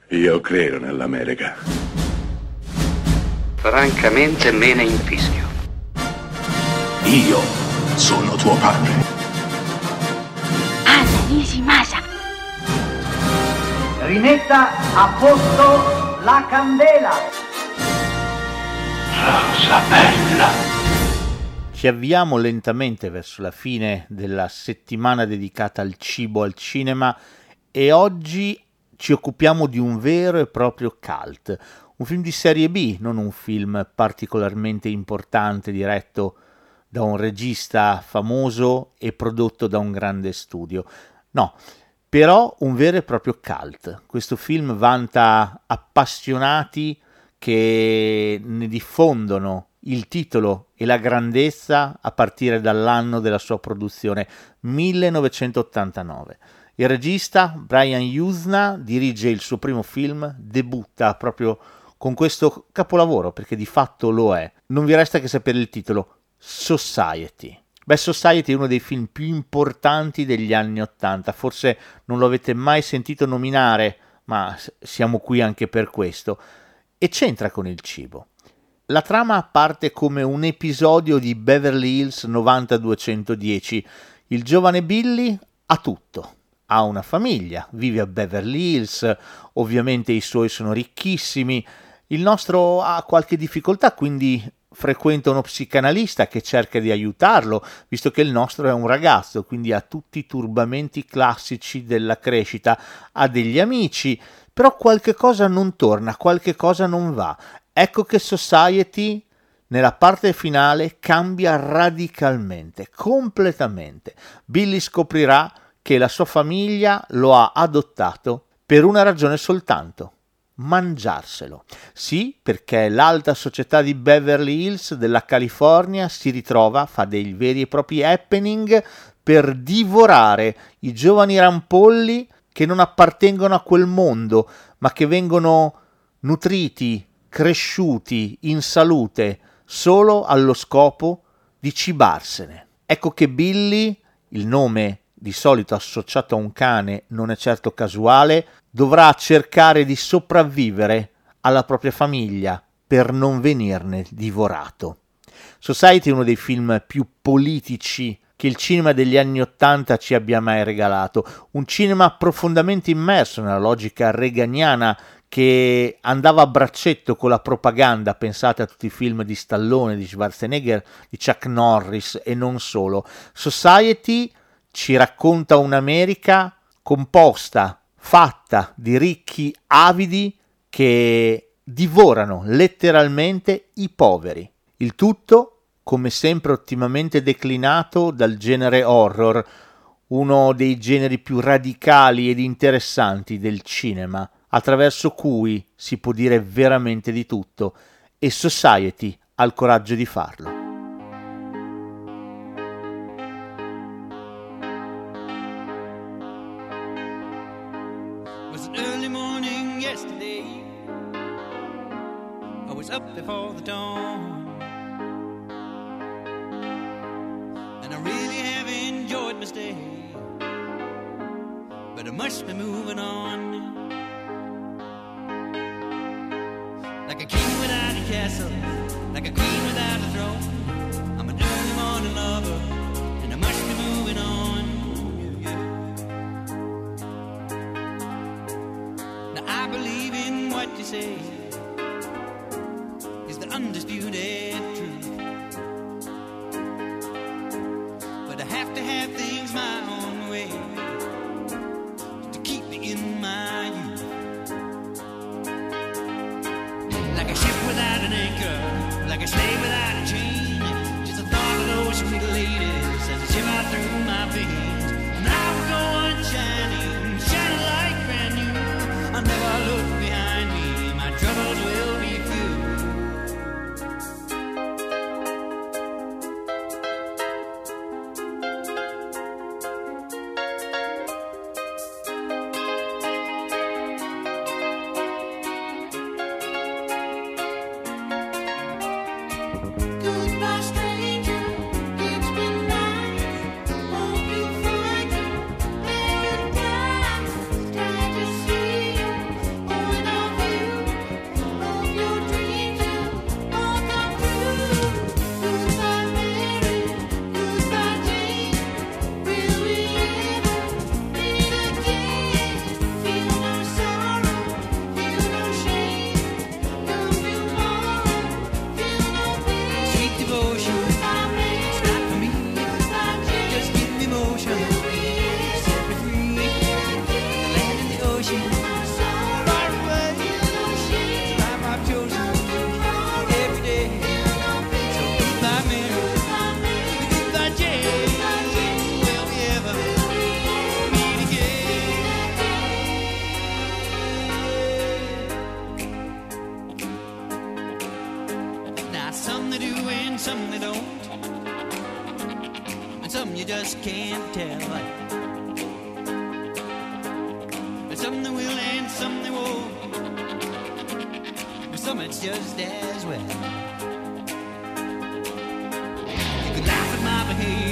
Io credo nell'America. Francamente me ne infischio. Io sono tuo padre. Anna Nishimasa. Rimetta a posto la candela. Rosa bella. Ci avviamo lentamente verso la fine della settimana dedicata al cibo al cinema e oggi ci occupiamo di un vero e proprio cult, un film di serie B, non un film particolarmente importante diretto da un regista famoso e prodotto da un grande studio. No, però un vero e proprio cult. Questo film vanta appassionati che ne diffondono il titolo e la grandezza a partire dall'anno della sua produzione, 1989. Il regista Brian Yuzna dirige il suo primo film, debutta proprio con questo capolavoro, perché di fatto lo è. Non vi resta che sapere il titolo, Society. Society è uno dei film più importanti degli anni '80, forse non lo avete mai sentito nominare, ma siamo qui anche per questo, e c'entra con il cibo. La trama parte come un episodio di Beverly Hills 90210. Il giovane Billy ha tutto. Ha una famiglia, vive a Beverly Hills, ovviamente i suoi sono ricchissimi. Il nostro ha qualche difficoltà, quindi frequenta uno psicanalista che cerca di aiutarlo, visto che il nostro è un ragazzo, quindi ha tutti i turbamenti classici della crescita, ha degli amici, però qualche cosa non torna, qualche cosa non va. Ecco che Society nella parte finale cambia radicalmente, completamente. Billy scoprirà che la sua famiglia lo ha adottato per una ragione soltanto: mangiarselo. Sì, perché l'alta società di Beverly Hills della California si ritrova, fa dei veri e propri happening per divorare i giovani rampolli che non appartengono a quel mondo, ma che vengono nutriti, cresciuti in salute solo allo scopo di cibarsene. Ecco che Billy, il nome di solito associato a un cane non è certo casuale, dovrà cercare di sopravvivere alla propria famiglia per non venirne divorato. Society è uno dei film più politici che il cinema degli anni '80 ci abbia mai regalato, un cinema profondamente immerso nella logica reaganiana che andava a braccetto con la propaganda. Pensate a tutti i film di Stallone, di Schwarzenegger, di Chuck Norris e non solo. Society ci racconta un'America composta, fatta di ricchi avidi che divorano letteralmente i poveri. Il tutto, come sempre, ottimamente declinato dal genere horror, uno dei generi più radicali ed interessanti del cinema, attraverso cui si può dire veramente di tutto, e Society ha il coraggio di farlo. Up before the dawn, and I really have enjoyed my stay, but I must be moving on. Like a king without a castle, like a queen without a throne, I'm an early morning lover, and I must be moving on. Now I believe in what you say, undisputed truth, but I have to have things my own way to keep me in my youth. Like a ship without an anchor, like a slave without a chain, just the thought of those sweet ladies as they shiver through my veins. And I will go on shining, shining like brand new. I'll never look behind me, my troubles will be few. Oh, Some they do and some they don't, and some you just can't tell. And some they will and some they won't, and some it's just as well. You could laugh at my behavior,